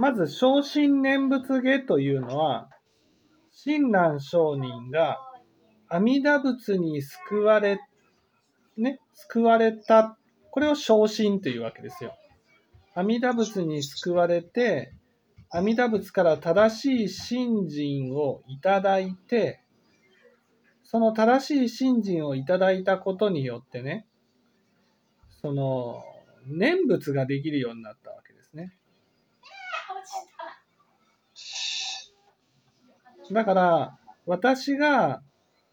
まず正真念仏下というのは、親鸞上人が阿弥陀仏に救われた。これを正真というわけですよ。阿弥陀仏に救われて、阿弥陀仏から正しい信心をいただいて、その正しい信心をいただいたことによってね、その念仏ができるようになったわけですね。だから私が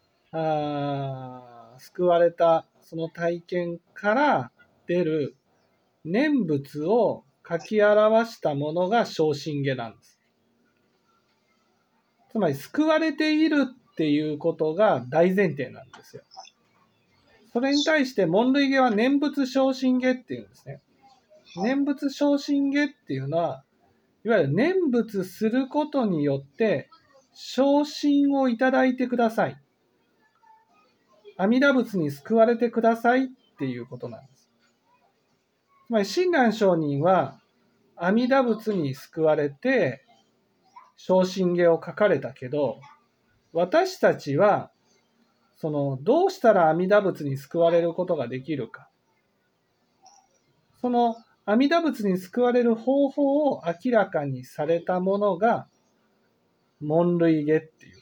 救われたその体験から出る念仏を書き表したものが正真下なんです。つまり救われているっていうことが大前提なんですよ。それに対して門類下は念仏正真下っていうんですね。念仏正真下っていうのは、いわゆる念仏することによって正真をいただいてください。阿弥陀仏に救われてくださいっていうことなんです。つまり親鸞上人は阿弥陀仏に救われて正真下を書かれたけど、私たちはどうしたら阿弥陀仏に救われることができるか、その阿弥陀仏に救われる方法を明らかにされたものが門類下っていう